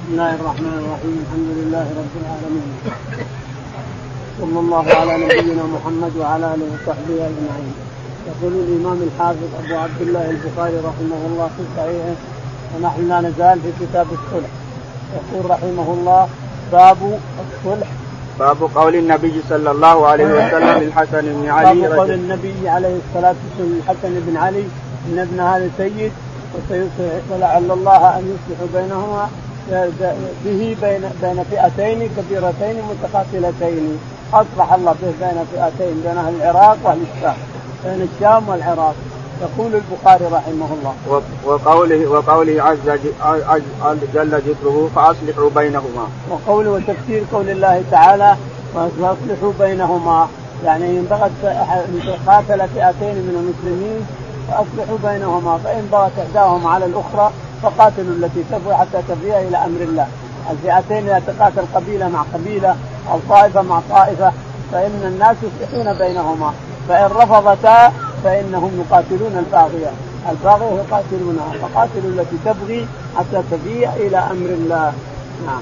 بسم الله الرحمن الرحيم. الحمد لله رب العالمين، صلى الله على نبينا محمد وعلى اله وصحبه اجمعين. يقول الامام الحافظ ابو عبد الله البخاري رحمه الله في صحيحه، ونحن لا نزال في كتاب الصلح. يقول رحمه الله: باب الصلح. باب قول النبي صلى الله عليه وسلم للحسن بن علي. باب قول النبي عليه الصلاه والسلام للحسن بن علي ان ابن هذا سيد وسيصلح، ولعل الله ان يصلح بينهما به بين فئتين كبيرتين متقاتلتين. أصلح الله به بين فئتين، بين أهل العراق وأهل الشام، بين الشام والعراق. يقول البخاري رحمه الله: وقوله عز جل ذكره فأصلحوا بينهما. وقوله وتفسير قول الله تعالى فأصلحوا بينهما، يعني إن بغت قاتل فئتين من المسلمين فأصلحوا بينهما، فإن بغت إحداهما على الأخرى فقاتلوا التي تبغي حتى تفيء إلى أمر الله. الفئتين يتقاتل قبيلة مع قبيلة أو طائفة مع طائفة، فإن الناس يصلحون بينهما، فإن رفضتا فإنهم يقاتلون الباغية يقاتلونها، فقاتلوا التي تبغي حتى تفيء إلى أمر الله. نعم.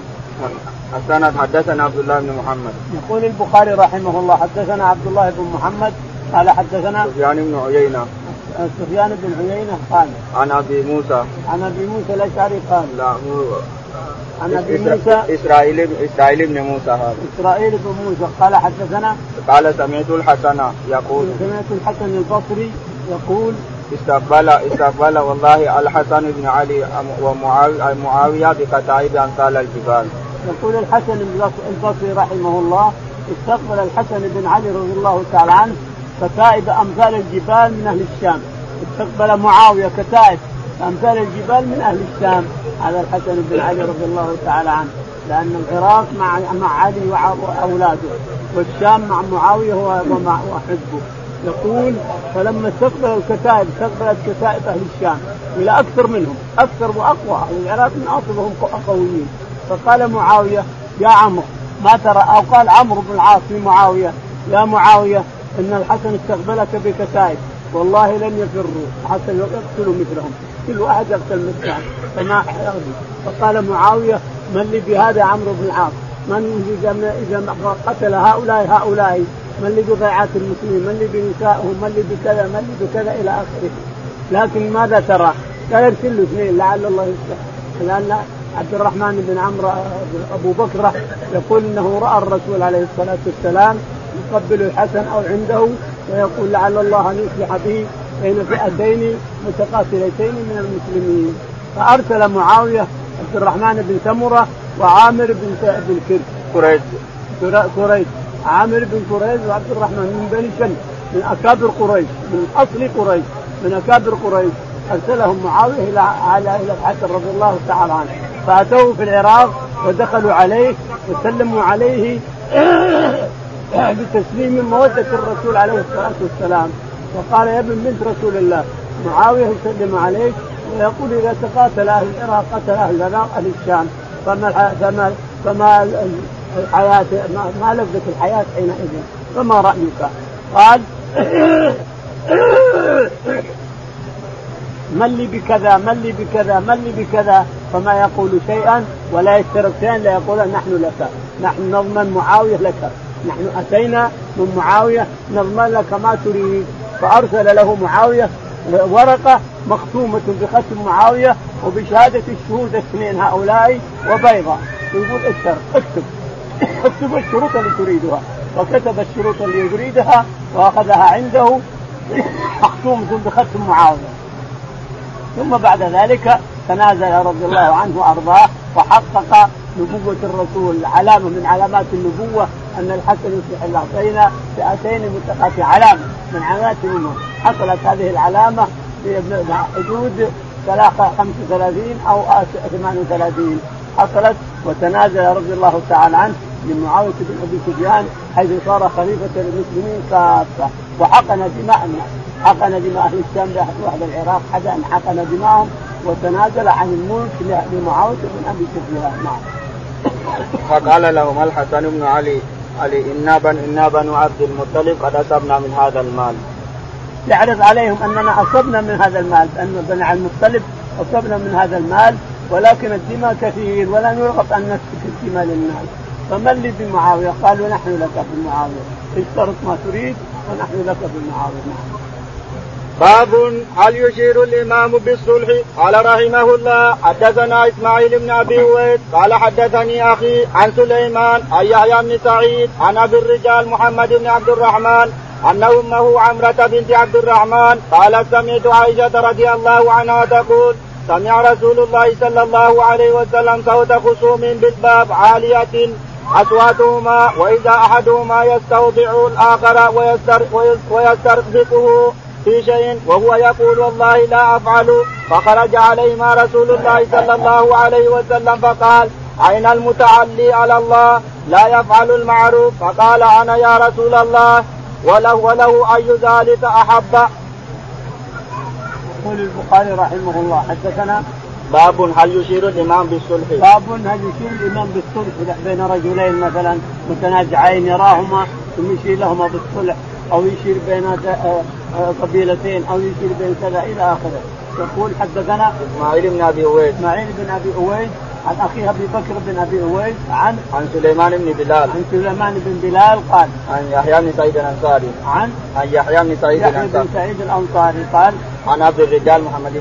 السند حدثنا عبد الله بن محمد. يقول البخاري رحمه الله: حدثنا عبد الله بن محمد قال حدثنا سفيان بن عيينة. سفيان بن عيينة قال عن أبي موسى الأشعري قال لا عن أبي موسى إسرائيل بن موسى هذا إسرائيل بن موسى قال حدثنا قال سمعت الحسن يقول سمعت الحسن البصري يقول استقبل والله الحسن بن علي ومعاوية بكتائب أمثال الجبال. يقول الحسن البصري رحمه الله: استقبل الحسن بن علي رضي الله تعالى عنه كتائب أمثال الجبال من أهل الشام. استقبل معاوية كتائب أمثال الجبال من أهل الشام. هذا الحسن بن علي رضي الله تعالى عنه، لأن العراق مع علي وأولاده، والشام مع معاوية وحزبه. يقول: فلما استقبل الكتائب استقبلت كتائب أهل الشام إلى أكثر منهم، أكثر وأقوى. العراق من أصلهم قويين. فقال معاوية: يا عمرو ما ترى، أو قال عمرو بن العاص لمعاوية: يا معاوية إن الحسن استقبلك بكتائب والله لن يفروا حتى يقتلوا مثلهم، كل واحد يقتل مثله فما يغني. فقال معاوية: من لي بهذا عمرو بن العاص؟ إذا قتل هؤلاء من لي بضيعات المسلمين؟ من لي بنسائهم؟ من لي بكذا؟ من لي بكذا إلى آخره. لكن ماذا ترى؟ قال: ارسل له اثنين لعل الله يصلح. لأن عبد الرحمن بن عمرو أبو بكر يقول إنه رأى الرسول عليه الصلاة والسلام يقبل الحسن أو عنده ويقول لعل الله أن يصلح به بين فئتين متقاتلتين من المسلمين. فأرسل معاوية عبد الرحمن بن سمرة وعامر بن كريز. عامر بن كريز وعبد الرحمن من بني شمس، من أكابر قريش، من أصل قريش، من أكابر قريش. أرسلهم معاوية إلى الحسن رضي الله تعالى عنه، فأتوه في العراق ودخلوا عليه وسلموا عليه بتسليم مودة الرسول عليه الصلاة والسلام. وقال: يا ابن بنت رسول الله. معاوية يسلم عليه ويقول: إذا تقاتل أهل العراق قتل أهل العراق أهل الشام، فما الحياة، ما لذة الحياة حينئذ؟ فما رأيك؟ قال: من لي بكذا من لي بكذا من لي بكذا، فما يقول شيئا ولا يشترك شيئا، لا يقول نحن لك، نحن نضمن معاوية لك، نحن أتينا من معاوية نضمن لك ما تريد. فأرسل له معاوية ورقة مختومة بختم معاوية وبشهادة الشهود الاثنين هؤلاء وبيضة، يقول: اكتب الشروط اللي تريدها. وكتب الشروط اللي يريدها وأخذها عنده مختومة بختم معاوية. ثم بعد ذلك تنازل رضي الله عنه وأرضاه وحقق نبوة الرسول. علامة من علامات النبوة أن الحسن يصلح الله بين فئتين متقاتلتين، علامة من علامات النبوة. حصلت هذه العلامة في حدود 35 أو 38 حصلت. وتنازل رضي الله تعالى عنه لمعاوية بن أبي سفيان حيث صار خليفة المسلمين كافة، وحقن دماء أهل الشام وأهل العراق حتى أن حقن دماءهم، وتنازل عن الملك لمعاوية بن أبي سفيان. فقال لهم الحسن بن علي: إنا بنو عبد المطلب قد أصبنا من هذا المال. يعرض عليهم أننا أصبنا من هذا المال، أن بني المطلب أصبنا من هذا المال ولكن الدماء كثير ولم يرغب أن نسفك الدماء للناس. فمن لي بمعاوية؟ قالوا نحن لك بمعاوية، اشترط ما تريد ونحن لك بمعاوية. باب هل يشير الإمام بالصلح؟ قال رحمه الله حدثنا إسماعيل بن أبي أويس قال حدثني أخي عن سليمان عن يحيى بن سعيد عن أبي الرجال محمد بن عبد الرحمن أن أمه عمرة بنت عبد الرحمن قالت سمعت عائشة رضي الله عنها تقول سمع رسول الله صلى الله عليه وسلم صوت خصوم بالباب عالية أصواتهما وإذا أحدهما يستوضع الآخر ويسترزقه في شيء وهو يقول والله لا أفعل. فخرج عليهما رسول الله صلى الله عليه وسلم فقال أين المتعلي على الله لا يفعل المعروف؟ فقال أنا يا رسول الله وله أي ذلك أحب. يقول البخاري رحمه الله حدثنا باب هل يشير الإمام بالصلح؟ باب هل يشير الإمام بالصلح بين رجلين مثلا متنازعين يراهما ثم يشير لهما بالصلح أو يشير بين قبيلتين أو يشير بين كذا إلى آخره. يقول حدثنا إسماعيل بن أبي أويس عن أخيه أبي بكر بن أبي أويس عن سليمان بن بلال قال عن يحيى بن سعيد الأنصاري قال عن أبي الرجال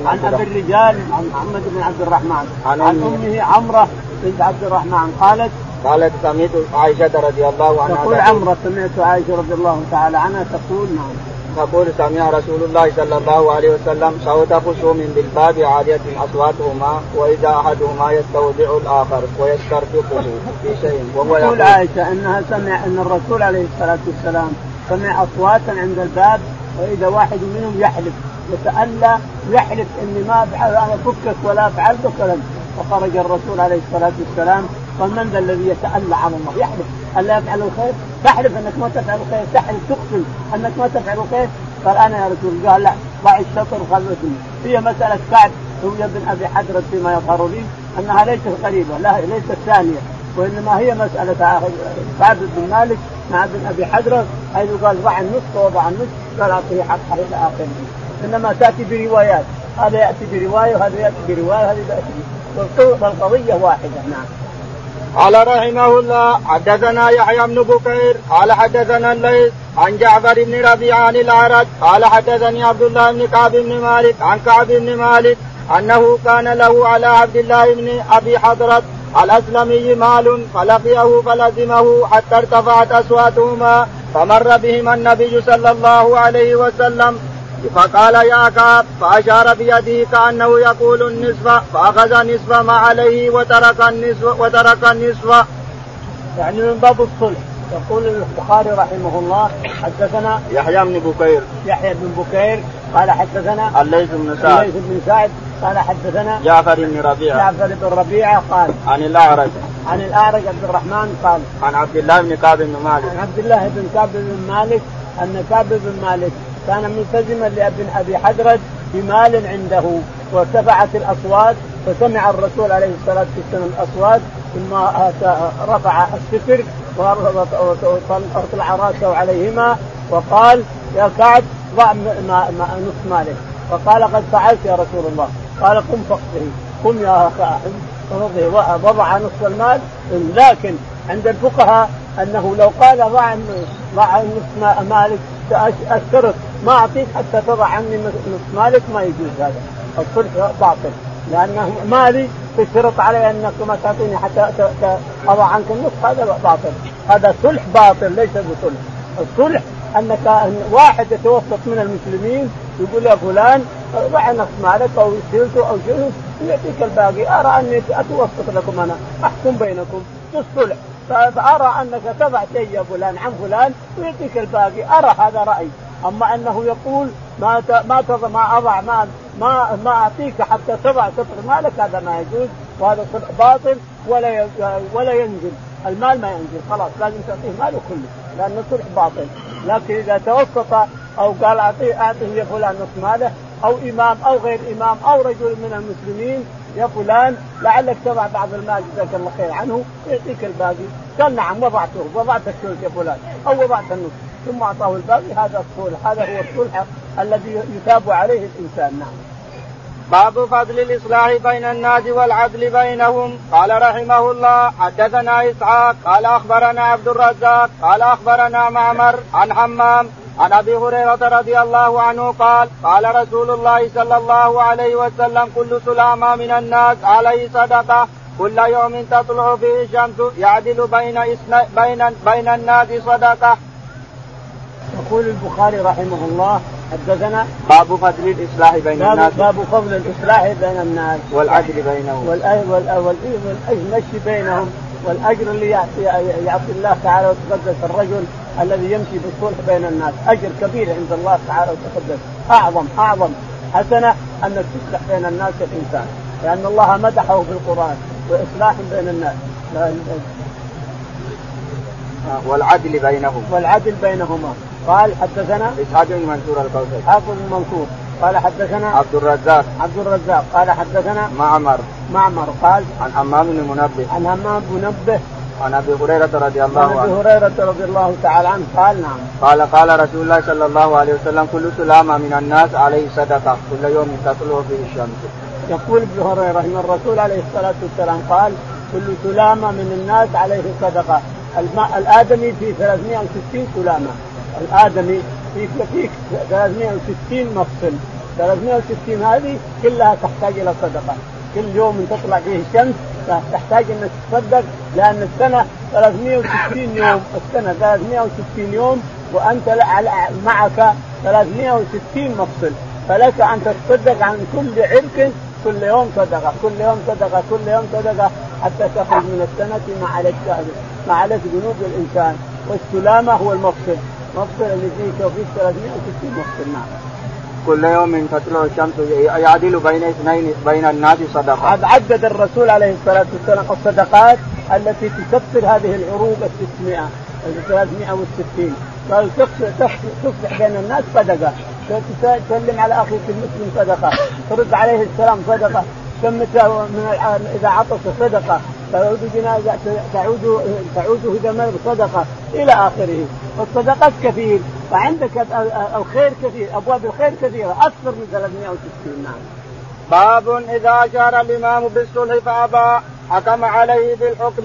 محمد بن عبد الرحمن عن أمه عمرة بنت عبد الرحمن قالت سمعت عائشة رضي الله عنها تقول عمرة سمعت عائشة رضي الله تعالى عنها تقول سمع رسول الله صلى الله عليه وسلم صوت خصوم بالباب عالية أصواتهما وإذا أحدهما يستودع الآخر ويسترفقه في شيء وهو يقول عائشة أنها سمع أن الرسول عليه الصلاة والسلام سمع أصواتا عند الباب وإذا واحد منهم يتألى يحلف إني ما أفعل أنا فكك ولا أفعل بك. فخرج الرسول عليه الصلاة والسلام قال من ذا الذي يتألى على الله يحلف ألا يفعل الخير؟ تحلف أنك ما تفعل الخير، تحلف تقسم أنك ما تفعل الخير. قال أنا يا رسول الله. قال لا ضع الشطر خلوتني. هي مسألة كعب هو بن أبي حدرد فيما يظهر لي أنها ليست قريبة لا ليست ثانية وإنما هي مسألة كعب بن مالك مع ابن أبي حدرد حيث قال ضع النصف وضع النصف قال أعطيه حقه إلى آخره. إنما تأتي بروايات هذا يأتي برواية وهذا يأتي برواية هذا يأتي والقضية واحدة. نعم. قال رحمه الله حدثنا يحيى بن بكير قال حدثنا الليث عن جعفر بن ربيعة عن الأعرج قال حدثني عبد الله بن كعب بن مالك عن كعب بن مالك أنه كان له على عبد الله بن أبي حضرة الأسلمي مال فلقيه فلزمه حتى ارتفعت أصواتهما فمر بهما النبي صلى الله عليه وسلم فقال يا كعب فأشار بيده كأنه يقول النصف فأخذ نصف ما عليه وترك النصف. يعني من باب الصلح. يقول البخاري رحمه الله حدثنا يحيى بن بكير قال حدثنا الليث بن سعد قال حدثنا جعفر بن ربيعة قال عن الأعرج عبد الرحمن قال عن عبد الله بن كعب بن مالك أن كعب بن مالك كان ملتزما لابن أبي حدرد بمال عنده وارتفعت الأصوات فسمع الرسول عليه الصلاة والسلام الأصوات ثم رفع الستر وطلع راسه عليهما وقال يا كعب ضع نصف مالك. فقال قد فعلت يا رسول الله. قال قم فاقضه. قم يا كعب وضع نصف المال. لكن عند الفقهاء أنه لو قال ضع نصف مالك أشترط ما أعطيك حتى تضع عني نصف مالك ما يجوز هذا الصلح باطل لأنه مالي تشترط علي أنك ما تعطيني حتى أضع عنك النصف هذا باطل. هذا صلح باطل ليس بصلح. الصلح أنك واحد يتوسط من المسلمين يقول يا فلان ضع نصف مالك أو يشيلته أو شيء يعطيك الباقي. أرى أني أتوسط لكم أنا أحكم بينكم بالصلح فأرى أنك تضع شيء يا فلان عن فلان ويعطيك الباقي. أرى هذا رأي. أما أنه يقول ما أعطيك حتى تضع شطر مالك هذا ما يجوز وهذا صلح باطل ولا ينزل المال ما ينزل خلاص لازم تعطيه ماله كله لأنه صلح باطل. لكن إذا توسط أو قال أعطيه يا فلان نصف ماله أو إمام أو غير إمام أو رجل من المسلمين يا فلان لعلك تضع بعض المال جزاك الله خير عنه يعطيك الباقي. قال نعم وضعت الثلث يا فلان أو وضعت النصف ثم أعطاه الباقي. هذا الصلح. هذا هو الصلح الذي يثاب عليه الإنسان. نعم. قال رحمه الله حدثنا يحيى بن بكير قال حدثنا الليث عن جعفر بن ربيعة عن الأعرج قال حدثني عبد الله بن كعب بن مالك أنه كان له على عبد الله بن أبي حضرة الأسلمي مال فلقيه فلزمه حتى ارتفعت أصواتهما فمر بهما النبي صلى الله عليه وسلم فقال يا كعب فأشار بيده كأنه يقول النصف فأخذ نصف ما عليه وترك النصف. نعم. باب فضل الإصلاح بين الناس والعدل بينهم. قال رحمه الله حدثنا إسحاق قال أخبرنا عبد الرزاق قال أخبرنا معمر عن حمام عن أبي هريرة رضي الله عنه قال قال رسول الله صلى الله عليه وسلم كل سلامة من الناس عليه صدقة كل يوم تطلع فيه الشمس يعدل بين الناس صدقة. يقول البخاري رحمه الله حدثنا باب فضل الإصلاح بين الناس باب فضل الإصلاح بين الناس والعدل بينهم والمشي بينهم والأجر اللي يعطي الله تعالى وتقدس الرجل الذي يمشي بالصلح بين الناس أجر كبير عند الله تعالى وتقدس أعظم حسنة أن تصلح بين الناس الإنسان لأن الله مدحه في القرآن وإصلاح بين الناس والعدل بينهما. قال حدثنا إسحاق بن منصور الكوثري حافظ المنصور قال حدثنا عبد الرزاق قال حدثنا معمر قال عن حمام بن منبه عن أبي هريرة رضي الله تعالى عنه قال نعم قال رسول الله صلى الله عليه وسلم كل سلامة من الناس عليه صدقة كل يوم تطلع فيه الشمس. يقول ابن هريرة ان الرسول عليه الصلاة والسلام قال كل سلامة من الناس عليه صدقة. الآدمي في 360 سلامة الآدمي في 360 مفصل 360 هذه كلها تحتاج إلى صدقة. كل يوم تطلع فيه الشمس تحتاج أن تصدق لأن السنة 360 يوم السنة 360 يوم وأنت معك 360 مفصل فلك أن تصدق عن كل عرق كل يوم صدقة حتى تخرج من السنة ما عليك ذنوب الإنسان. والسلامة هو المفصل اللي فيه 360 مفصل. نعم. كل يوم تطلع الشمس يعدل بين الناس صدقة. عدد الرسول عليه الصلاة والسلام الصدقات التي تكفر هذه العروض 360 قال تصلح بين الناس صدقة تسلم على أخيك المسلم صدقة ترد عليه السلام صدقة إذا عطس صدقة تعود إذا مرض صدقة إلى آخره. والصدقات كثير فعندك الخير كثير أبواب الخير كثيرة أكثر من 360. نعم. باب إذا أشار الإمام بالصلح فأبى حكم عليه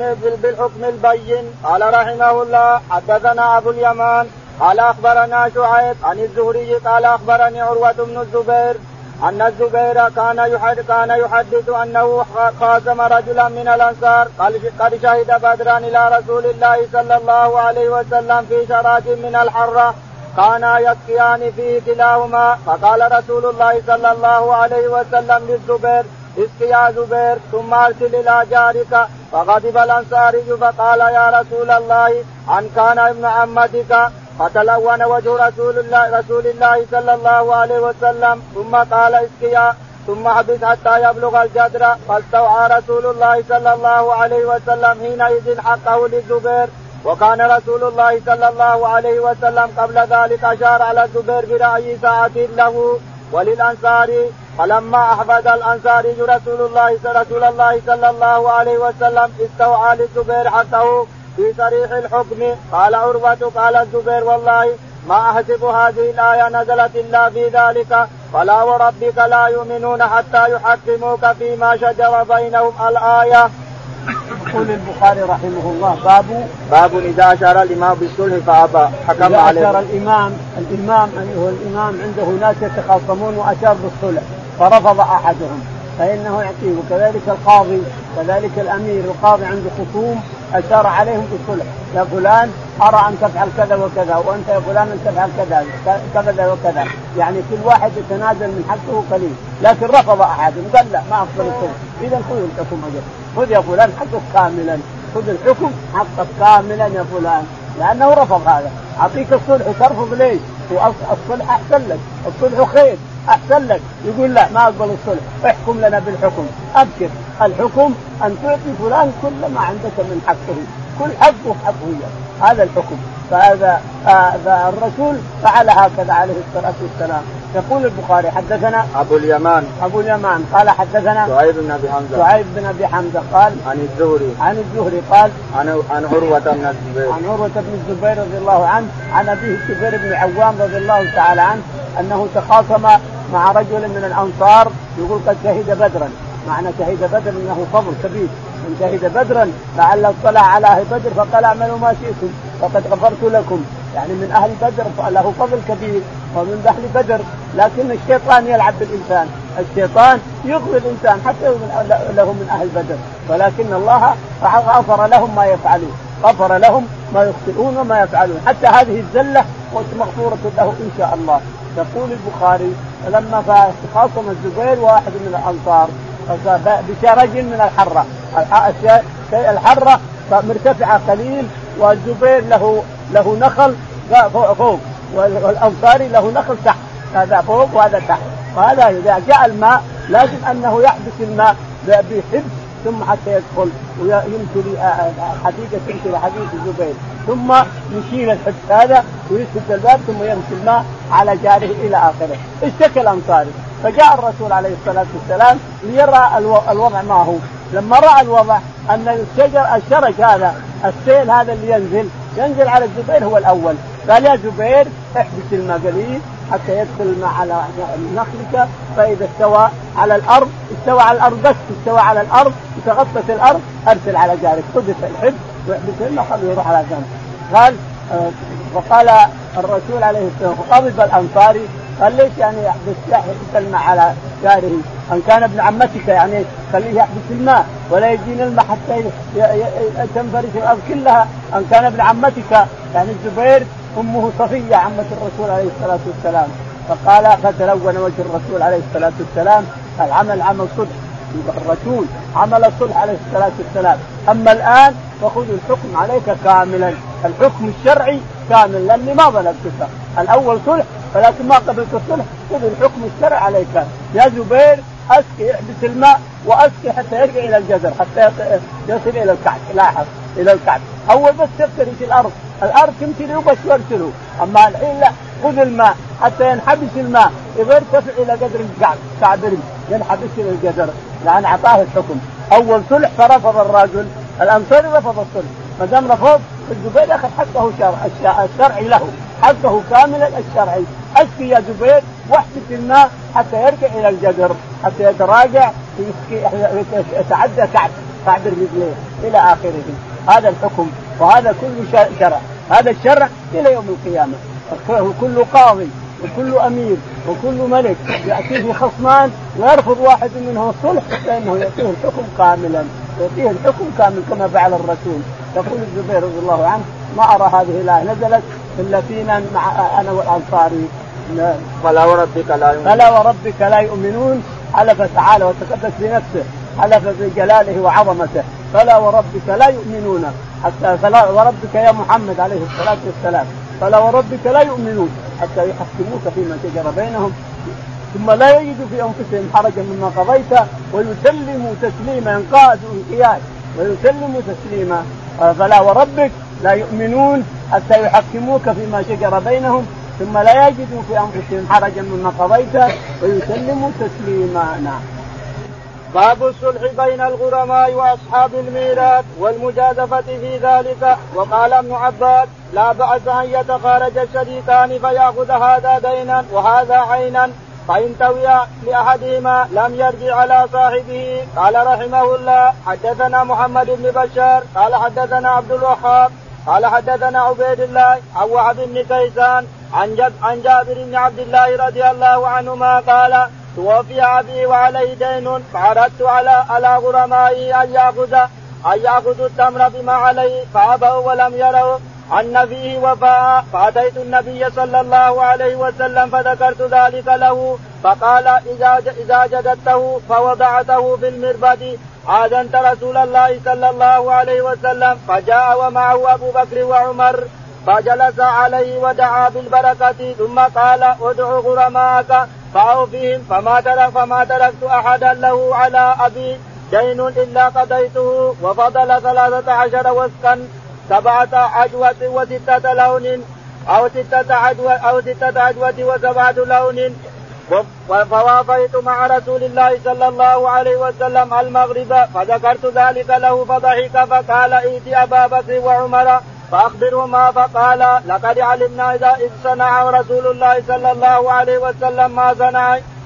بالحكم البين. قال رحمه الله حدثنا أبو اليمان قال أخبرنا شعيب عن الزهري قال أخبرني عروة بن الزبير أن الزبير كان يحدث أنه خاصم رجلا من الأنصار قد شهد بدرا إلى رسول الله صلى الله عليه وسلم في شراك من الحرة كانا يسقيان فيه كلاهما فقال رسول الله صلى الله عليه وسلم للزبير اسقي يا زبير ثم أرسل إلى جارك. فغضب الأنصاري فقال يا رسول الله أن كان ابن عمتك فتلون وجه رسول الله صلى الله عليه وسلم ثم قال اسقيا ثم حبس حتى يبلغ الجدر فاستوعى رسول الله صلى الله عليه وسلم حينئذ حقه للزبير. وكان رسول الله صلى الله عليه وسلم قبل ذلك أشار على الزبير برأي ساعة له وللأنصاري. فلما أحفظ الأنصاري رسول الله صلى الله عليه وسلم استوعى للزبير حقه في صريح الحكم. قال عروة قال الزبير والله ما أحسب هذه الآية نزلت إلا في ذلك فلا وربك لا يؤمنون حتى يحكموك فيما شجر بينهم الآية. يقول البخاري رحمه الله باب إذا أشار الإمام بالصلح فأبى حكم عليه. إذا أشار الإمام أيها الإمام عنده ناس يتخاصمون وأشار بالصلح فرفض أحدهم فإنه يعطيه. وكذلك القاضي كذلك الأمير القاضي عنده خصوم أشار عليهم بالصلح يا فلان أرى أن تفعل كذا وكذا وأنت يا فلان أن تفعل كذا وكذا يعني كل واحد يتنازل من حقه قليل. لكن رفض أحدهم قال لا ما أفضل الصلح إذا خذ الحكم خذ يا فلان حقك كاملا خذ الحكم حقك كاملا يا فلان لأنه رفض هذا. أعطيك الصلح ترفض ليش؟ الصلح أحسن لك الصلح خير أحسن لك. يقول لا ما أقبل الصلح احكم لنا بالحكم. أبكر الحكم أن تعطي فلان كل ما عندك من حقه كل حقه هذا الحكم. فهذا الرسول فعل هكذا عليه الصلاة والسلام. يقول البخاري حدثنا أبو اليمان قال حدثنا شعيب بن أبي حمزة قال عن الزهري قال عن عروة بن الزبير رضي الله عنه عن أبيه الزبير بن عوام رضي الله تعالى عنه أنه تخاصم مع رجل من الأنصار يقول قد شهد بدرا. معنى شهد بدر أنه فضل كبير، من شهد بدرا لعل اطلع على أهل بدر فقال اعملوا ما شئتم فقد غفرت لكم. يعني من أهل بدر له فضل كبير ومن أهل بدر. لكن الشيطان يلعب بالإنسان، الشيطان يغوي الإنسان حتى له من أهل بدر، ولكن الله غفر لهم ما يفعلون، غفر لهم ما يخطئون وما يفعلون، حتى هذه الزلة مغفورة له إن شاء الله. يقول البخاري لما خاصم الزبير واحد من الأنصار بشرج من الحرة، الحرة مرتفعة قليل والزبير له نخل فوق والأنصاري له نخل تحت، هذا فوق وهذا تحت. وهذا إذا جاء الماء لازم أنه يحبس الماء بحبس ثم حتى يدخل ويمشي حديقة تمشي لحديقة الزبير، ثم يشيل الحبس هذا ويسد الباب ثم يمشي الماء على جاره إلى آخره. اشتكى الأنصاري فجاء الرسول عليه الصلاة والسلام ليرى الوضع ما هو. لما رأى الوضع أن الشرج هذا السيل هذا اللي ينزل على الزبير هو الأول، قال يا زبير احبس الماء قليل حتى يدخل الماء على نخلك، فإذا استوى على الأرض بس استوى على الأرض وتغطت الأرض أرسل على جارك خذ الحبس واحبس الماء خليه يروح على جنب. قال فقال الرسول عليه السلام فغضب الأنصاري قال ليش يعني يحبس الماء على جاره؟ أن كان ابن عمتك يعني خليه يحبس الماء ولا يجين الماء حتى تنفرش الأرض كلها. أن كان ابن عمتك يعني الزبير أمه صفية عمة الرسول عليه الصلاة والسلام. فقال فتلون وجه الرسول عليه الصلاة والسلام. العمل عمل صلح، الرسول عمل الصلح عليه الصلاة والسلام. أما الآن فخذ الحكم عليك كاملا، الحكم الشرعي كامل لأني ما ظلمتك. الأول صلح ولكن ما قبلت الصلح، خذ الحكم الشرعي عليك يا زبير. أسقي احبس الماء وأسقي حتى يرجع إلى الجذر حتى يصل إلى الكعب. لاحظ إلى الكعب أول بس تفترش الأرض تمشي له بس يرسله. أما الحين لا، خذ الماء حتى ينحبس الماء إذا ارتفع إلى قدر الكعب ينحبس إلى الجذر. لأن أعطاه الحكم أول صلح فرفض الرجل الأنصاري رفض الصلح. ما دام رفض الزبير أخذ حقه الشرعي له، حقه كاملا الشرعي. أسقي يا زبير واحبس الماء حتى يرجع إلى الجدر حتى يتراجع يتعدى كعب الرجلين إلى آخره. هذا الحكم وهذا كل شرع، هذا الشرع إلى يوم القيامة. كل قاضي وكل أمير وكل ملك يأتيه خصمان ويرفض واحد منهم الصلح فإنه يأتيه الحكم كاملا، يأتيه الحكم كامل كما فعل الرسول. يقول الزبير رضي الله عنه ما أرى هذه الآية نزلت إلا فينا مع أنا والأنصاري. فلا وربك لا يؤمنون حلف تعالى وتقدس بنفسه، حلف بجلاله وعظمته. فلا وربك لا يؤمنون حتى فلا وربك يا محمد عليه الصلاة والسلام فلا وربك لا يؤمنون حتى يحكموك فيما شجر بينهم ثم لا يجدوا في أنفسهم حرجا مما قضيت ويسلموا تسليما. انقاد انقياد ويسلموا تسليما. فلا وربك لا يؤمنون حتى يحكموك فيما شجر بينهم ثم لا يجدوا في أنفسهم حرجا مما قضيت ويسلموا تسليما. نعم. باب الصلح بين الغرماء وأصحاب الميراث والمجازفة في ذلك. وقال ابن عباس لا بأس أن يتخارج الشريكان فيأخذ هذا دينا وهذا عينا فإن تويا لأحدهما لم يرجع على صاحبه. قال رحمه الله حدثنا محمد بن بشار قال حدثنا عبد الوهاب قال حدثنا عبيد الله عن وهب بن كيسان عن جابر بن عبد الله رضي الله عنهما قال توفي أبي وعليه دين فعرضت على غرمائي أن يأخذوا التمر بما عليه فأبوا ولم يروا أن فيه وفاء. فأتيت النبي صلى الله عليه وسلم فذكرت ذلك له فقال إذا جددته فوضعته في المربد آذنت رسول الله صلى الله عليه وسلم. فجاء ومعه أبو بكر وعمر فجلس عليه ودعا بالبركة ثم قال ادع غرماءك فأوفهم فما تركت أحدا له على أبي دين إلا قضيته وفضل 13 وسكا 7 عجوة و6 لون أو 6 عجوة و7 لون. فوافيت مع رسول الله صلى الله عليه وسلم المغرب فذكرت ذلك له فضحك فقال ائت أبا بكر وعمر فأخبرهما. فقال لقد علمنا إذ صنع رسول الله صلى الله عليه وسلم ما صنع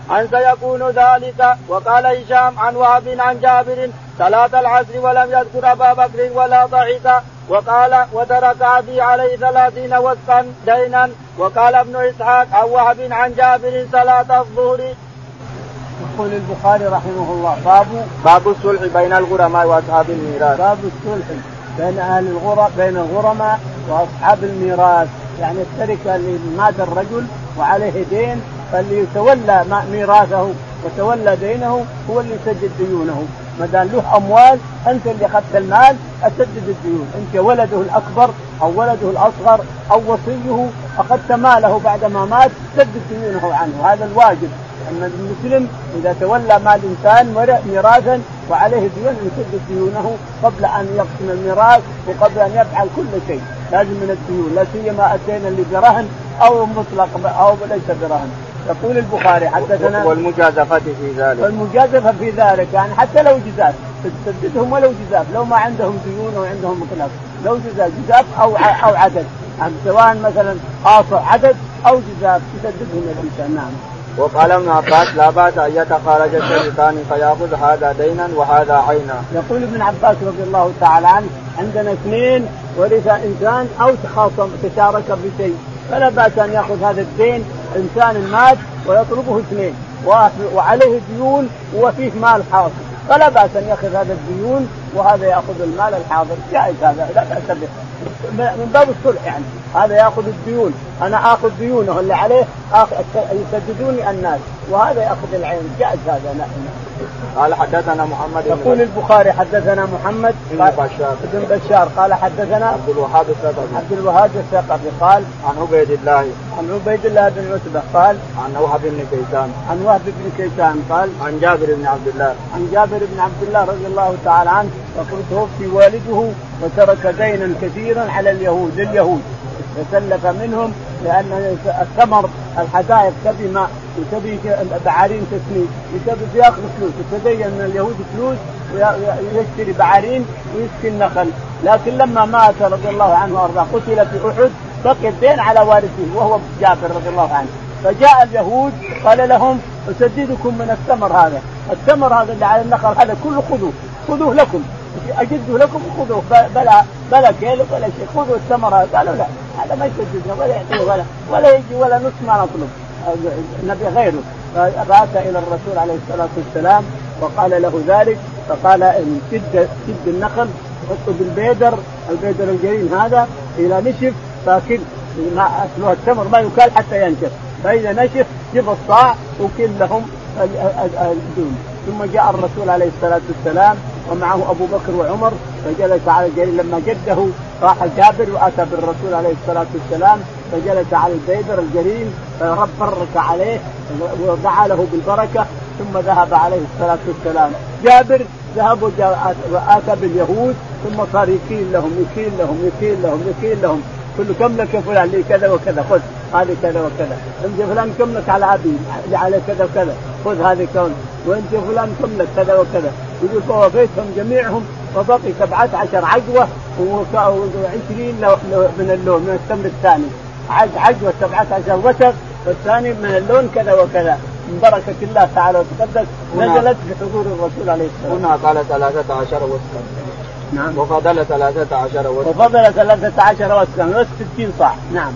أن سيكون ذلك. وقال هشام عن وهب عن جابر صلاة العصر ولم يذكر أبا بكر ولا ضحك. وقال وترك أبي عليه 30 وسقا دينا. وقال ابن إسحاق عن وهب عن جابر صلاة الظهر. يقول البخاري رحمه الله باب الصلح بين الغرماء وأصحاب الميراث. باب الصلح بين أهل بين الغرماء وأصحاب الميراث، يعني التركة اللي مات الرجل وعليه دين، فاللي يتولى ميراثه وتولى دينه هو اللي يسدد ديونه. ما دام له أموال أنت اللي أخذت المال أسدد الديون. أنت ولده الأكبر أو ولده الأصغر أو وصيه أخذت ماله بعدما مات سدد ديونه عنه. هذا الواجب، أن المسلم إذا تولى مال إنسان ميراثا وعليه ديون يسدد ديونه قبل أن يقسم الميراث وقبل أن يفعل كل شيء. لازم من الديون، لا سيما الدين اللي برهن أو مطلق أو ليس برهن. يقول البخاري حدثنا والمجازفة في ذلك. والمجازفة في ذلك يعني حتى لو جزاف تسددهم ولو جزاف، لو ما عندهم ديون وعندهم مطلق، لو جزاف أو عدد، يعني سواء مثلا عدد أو جزاف تسددهم الإنسان. نعم. وقال ابن عباس لا بأس أن يتخارج الشريكان فيأخذ هذا دينا وهذا عينا. يقول ابن عباس رضي الله تعالى عنه عندنا اثنين ورث إنسان أو تخاصم تشارك بشيء فلا بأس أن يأخذ هذا الدين. إنسان مات ويطلبه اثنين وعليه ديون وفيه مال حاضر، فلا بأس أن يأخذ هذا الديون وهذا يأخذ المال الحاضر، جائز هذا لا بأس به من باب الصلح. يعني هذا يأخذ الديون، أنا آخذ ديونه اللي عليه يسددوني الناس، وهذا يأخذ العين، جائز هذا. نعم. قال حدثنا محمد. يقول البخاري حدثنا محمد بن بشار قال حدثنا عبد الوهاب الثقفي قال عن عبيد الله بن عتبة قال عن وهب بن كيسان قال عن جابر بن عبد الله رضي الله تعالى عنه يقول توفي والده وترك دينا كثيرا على لليهود يسلف منهم، لأن الثمر الحدائق تبي بعارين تسميد يأخذ فلوس، يتدين من اليهود فلوس ويشتري بعارين ويسكي النخل. لكن لما مات رضي الله عنه وارضاه قتل في أحد بقي الدين على وارثه وهو جابر رضي الله عنه. فجاء اليهود قال لهم أسددكم من الثمر هذا اللي على النخل هذا كله خذوه لكم، أجده لكم خذوه بلا كيل ولا شيء، خذوا الثمر هذا. قالوا لا هذا ما يسددنا ولا يعطيه ولا يجي ولا نصف ما نطلب، النبي غيره. فأتى إلى الرسول عليه الصلاة والسلام وقال له ذلك، فقال إن شد النخل وحطه بالبيدر الجرين هذا إلى نشف فاكل ما أكله التمر ما يكال حتى ينشف، فإذا نشف جب الصاع وكل لهم الدون. ثم جاء الرسول عليه الصلاة والسلام ومعه أبو بكر وعمر فجلس على الجرين. لما جده راح جابر وأتى بالرسول عليه الصلاة والسلام فجلس على البيدر الجرين فرب برك عليه ودعا له بالبركة ثم ذهب عليه الصلاة والسلام. جابر ذهب وآتى باليهود ثم صار يكيل لهم كل كم لك فلان لي كذا وكذا خذ هذه كذا وكذا، انت فلان كم لك على أبي على كذا وكذا خذ هذه كون، وانت فلان كم لك كذا وكذا. يقول فوفيتهم جميعهم وبقي 17 عجوة و20 من اللون من التمر الثاني، عجوة 17 وتر والثاني من اللون كذا وكذا من بركة الله تعالى وتقدس نزلت بحضور الرسول عليه الصلاة والسلام. هنا قال 13 وسقا. نعم. وفضل 13 وسقا و60 صاع. نعم.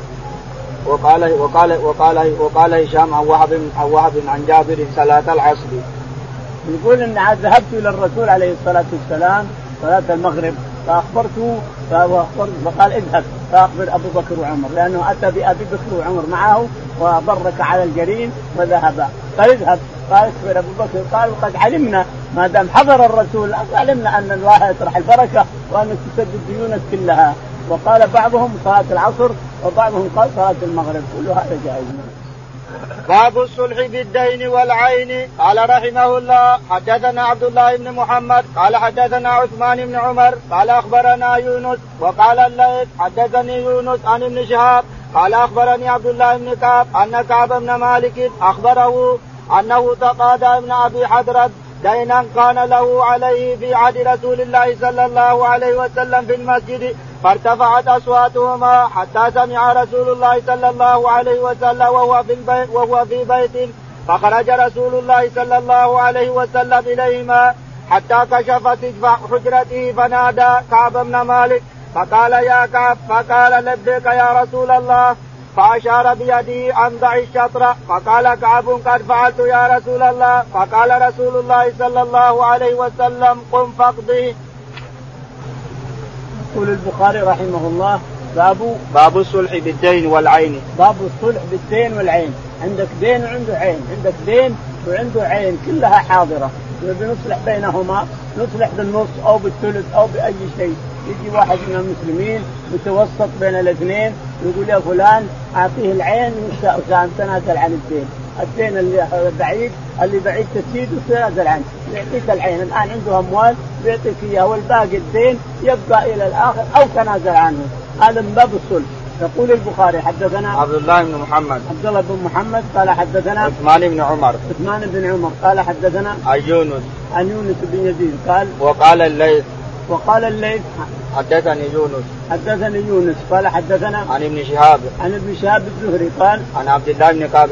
وقال هشام عن وهب عن جابر صلاة العصر. يقول إن ذهبت إلى الرسول عليه الصلاة والسلام صلاة المغرب فأخبرته فقال اذهب فأخبر أبو بكر وعمر، لأنه أتى بأبي بكر وعمر معه وبرك على الجرين وذهب. قال اذهب قال اخبر أبو بكر. قال قد علمنا ما دام حضر الرسول علمنا أن الله يطرح البركة وأن تسدد ديونك كلها. وقال بعضهم صلاة العصر وبعضهم قال صلاة المغرب، كل هذا جائز. باب الصلح بالدين والعين. قال رحمه الله حدثنا عبد الله بن محمد قال حدثنا عثمان بن عمر قال أخبرنا يونس وقال الليث حدثني يونس عن ابن شهاب قال أخبرني عبد الله بن كعب أن كعب بن مالك أخبره أنه تقاضى ابن أبي حضرة دينا كان له عليه في عهد رسول الله صلى الله عليه وسلم في المسجد، فارتفعت أصواتهما حتى سمع رسول الله صلى الله عليه وسلم وهو في بيت فخرج رسول الله صلى الله عليه وسلم إليهما حتى كشف سجف حجرته فنادى كعب بن مالك فقال يا كعب فقال لبيك يا رسول الله فأشار بيده أن ضع الشطر فقال كعب قد فعلت يا رسول الله فقال رسول الله صلى الله عليه وسلم قم فاقضه. يقول البخاري رحمه الله باب الصلح بالدين والعين. باب الصلح بالدين والعين. عندك دين وعنده عين، عندك دين وعنده عين كلها حاضرة، بنصلح بينهما، نصلح بالنص أو بالثلث أو بأي شيء. يجي واحد من المسلمين يتوسط بين الاثنين يقول يا فلان أعطيه العين وتنازل عن الدين اللي بعيد تسيد وتنازل عنه، يعطيك العين الآن عنده أموال بيعطيك إياه والباقي الدين يبقى إلى الآخر أو تنازل عنه. هذا من باب الصلح. يقول البخاري حدثنا عبد الله بن محمد قال حدثنا عثمان بن عمر قال حدثنا عن يونس بن يزيد قال وقال الليث حدثني يونس قال حدثنا عن ابن شهاب الزهري قال عن عبد الله بن كعب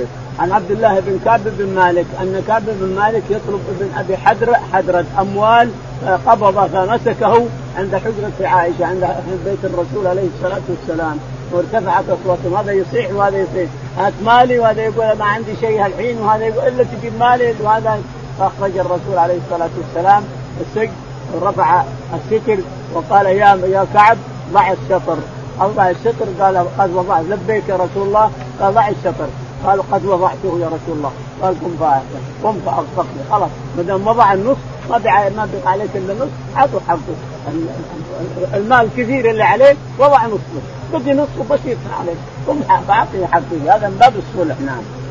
بن مالك أن كعب بن مالك يطلب ابن أبي حدرد أموال قبض فمسكه عند حجرة عائشة عند بيت الرسول عليه الصلاة والسلام، وارتفعت أصواتهم، هذا يصيح وهذا يصيح هات مالي، وهذا يقول ما عندي شيء الحين، وهذا يقول إلا تجيب مالي، وهذا فأخرج الرسول عليه الصلاة والسلام السجن ورفع الستر وقال يا كعب ضع الشطر. ضع الشطر قال قد وضعت. لبيك يا رسول الله. قال ضع الشطر. قال قد وضعته يا رسول الله. قال قم فأغفقني. خلاص ما دام وضع النص ما بقى عليك الا النص، عطوا حقه. المال كثير اللي عليك وضع نصه، بدي نصه بسيط عليك، قم فأعطني حقه. هذا من باب الصلح. نعم.